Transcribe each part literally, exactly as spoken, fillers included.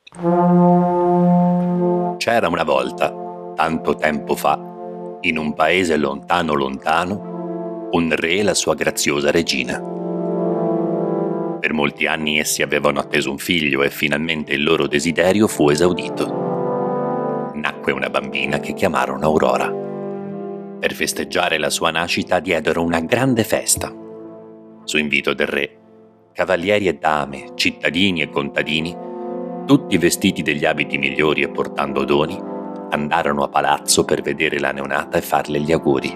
C'era una volta, tanto tempo fa, in un paese lontano lontano, un re e la sua graziosa regina. Per molti anni essi avevano atteso un figlio e finalmente il loro desiderio fu esaudito. Nacque una bambina che chiamarono Aurora. Per festeggiare la sua nascita diedero una grande festa. Su invito del re, cavalieri e dame, cittadini e contadini, tutti vestiti degli abiti migliori e portando doni, andarono a palazzo per vedere la neonata e farle gli auguri.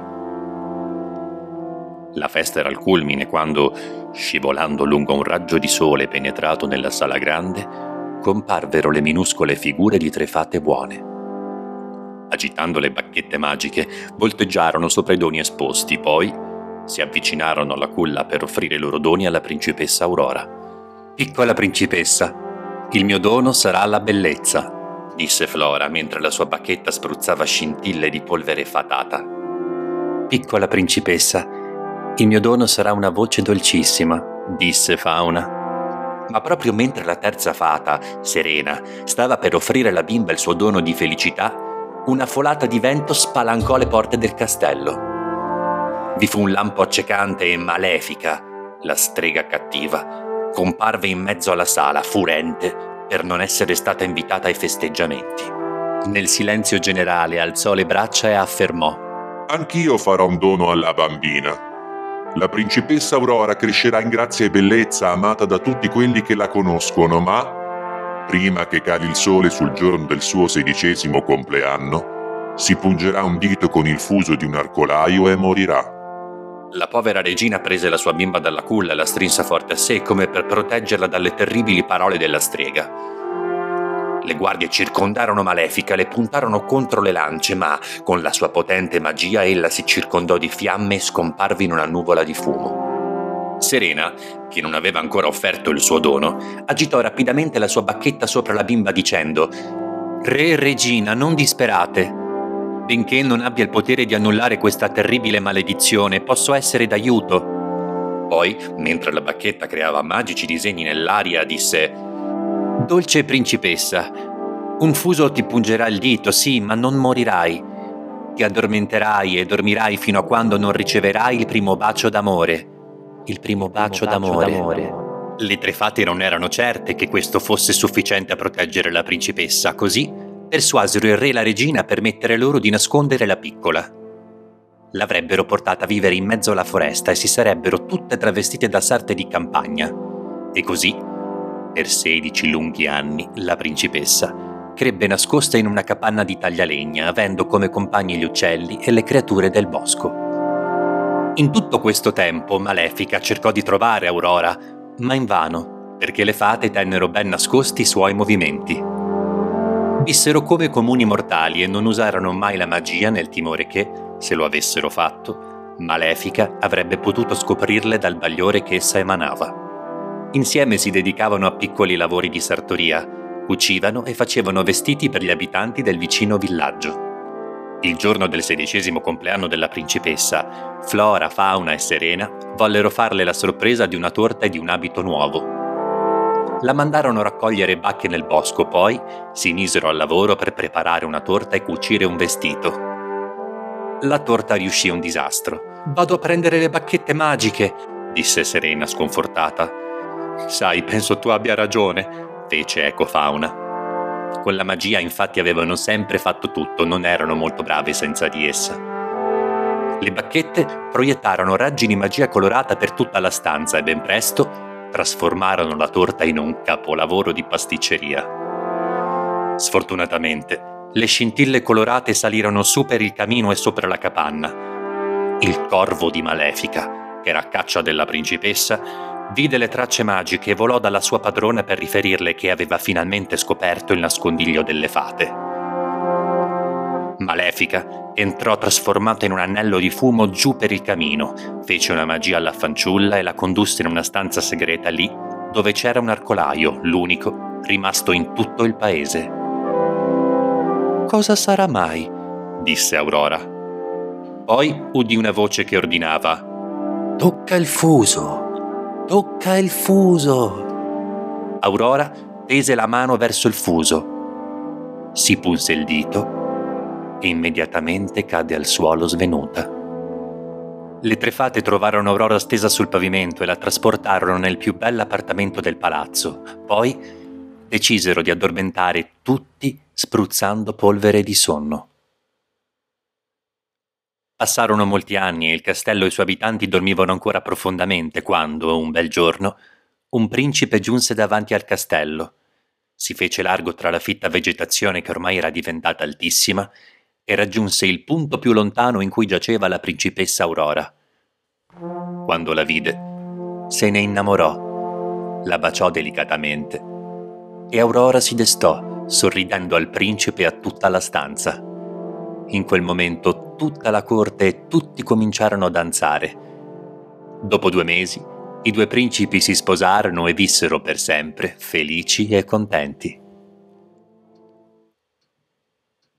La festa era al culmine quando, scivolando lungo un raggio di sole penetrato nella sala grande, comparvero le minuscole figure di tre fate buone. Agitando le bacchette magiche, volteggiarono sopra i doni esposti, poi si avvicinarono alla culla per offrire i loro doni alla principessa Aurora. «Piccola principessa, il mio dono sarà la bellezza», disse Flora mentre la sua bacchetta spruzzava scintille di polvere fatata. «Piccola principessa, il mio dono sarà una voce dolcissima», disse Fauna. Ma proprio mentre la terza fata, Serena, stava per offrire alla bimba il suo dono di felicità, una folata di vento spalancò le porte del castello. Vi fu un lampo accecante e Malefica, la strega cattiva, comparve in mezzo alla sala, furente, per non essere stata invitata ai festeggiamenti. Nel silenzio generale alzò le braccia e affermò: «Anch'io farò un dono alla bambina. La principessa Aurora crescerà in grazia e bellezza, amata da tutti quelli che la conoscono, ma prima che cali il sole sul giorno del suo sedicesimo compleanno, si pungerà un dito con il fuso di un arcolaio e morirà». La povera regina prese la sua bimba dalla culla e la strinse forte a sé come per proteggerla dalle terribili parole della strega. Le guardie circondarono Malefica, le puntarono contro le lance, ma con la sua potente magia ella si circondò di fiamme e scomparve in una nuvola di fumo. Serena, che non aveva ancora offerto il suo dono, agitò rapidamente la sua bacchetta sopra la bimba dicendo: «Re e regina, non disperate. Benché non abbia il potere di annullare questa terribile maledizione, posso essere d'aiuto». Poi, mentre la bacchetta creava magici disegni nell'aria, disse: «Dolce principessa, un fuso ti pungerà il dito, sì, ma non morirai. Ti addormenterai e dormirai fino a quando non riceverai il primo bacio d'amore». Il primo bacio, primo bacio d'amore. d'amore. Le tre fate non erano certe che questo fosse sufficiente a proteggere la principessa, così persuasero il re e la regina a permettere loro di nascondere la piccola. L'avrebbero portata a vivere in mezzo alla foresta e si sarebbero tutte travestite da sarte di campagna. E così, per sedici lunghi anni, la principessa crebbe nascosta in una capanna di taglialegna, avendo come compagni gli uccelli e le creature del bosco. In tutto questo tempo Malefica cercò di trovare Aurora, ma invano, perché le fate tennero ben nascosti i suoi movimenti. Vissero come comuni mortali e non usarono mai la magia nel timore che, se lo avessero fatto, Malefica avrebbe potuto scoprirle dal bagliore che essa emanava. Insieme si dedicavano a piccoli lavori di sartoria, cucivano e facevano vestiti per gli abitanti del vicino villaggio. Il giorno del sedicesimo compleanno della principessa, Flora, Fauna e Serena vollero farle la sorpresa di una torta e di un abito nuovo. La mandarono a raccogliere bacche nel bosco, poi si misero al lavoro per preparare una torta e cucire un vestito. La torta riuscì un disastro. «Vado a prendere le bacchette magiche», disse Serena sconfortata. «Sai, penso tu abbia ragione», fece eco Fauna. Con la magia infatti avevano sempre fatto tutto, non erano molto bravi senza di essa. Le bacchette proiettarono raggi di magia colorata per tutta la stanza e ben presto trasformarono la torta in un capolavoro di pasticceria. Sfortunatamente, le scintille colorate salirono su per il camino e sopra la capanna. Il corvo di Malefica, che era a caccia della principessa, vide le tracce magiche e volò dalla sua padrona per riferirle che aveva finalmente scoperto il nascondiglio delle fate. Malefica entrò trasformata in un anello di fumo giù per il camino, fece una magia alla fanciulla e la condusse in una stanza segreta lì dove c'era un arcolaio, l'unico rimasto in tutto il paese. «Cosa sarà mai?» disse Aurora. Poi udì una voce che ordinava: «Tocca il fuso! Tocca il fuso!» Aurora tese la mano verso il fuso, si punse il dito e immediatamente cadde al suolo svenuta. Le tre fate trovarono Aurora stesa sul pavimento e la trasportarono nel più bell'appartamento del palazzo. Poi decisero di addormentare tutti spruzzando polvere di sonno. Passarono molti anni e il castello e i suoi abitanti dormivano ancora profondamente quando, un bel giorno, un principe giunse davanti al castello. Si fece largo tra la fitta vegetazione che ormai era diventata altissima e raggiunse il punto più lontano in cui giaceva la principessa Aurora. Quando la vide, se ne innamorò, la baciò delicatamente e Aurora si destò, sorridendo al principe e a tutta la stanza. In quel momento tutta la corte e tutti cominciarono a danzare. Dopo due mesi, i due principi si sposarono e vissero per sempre felici e contenti.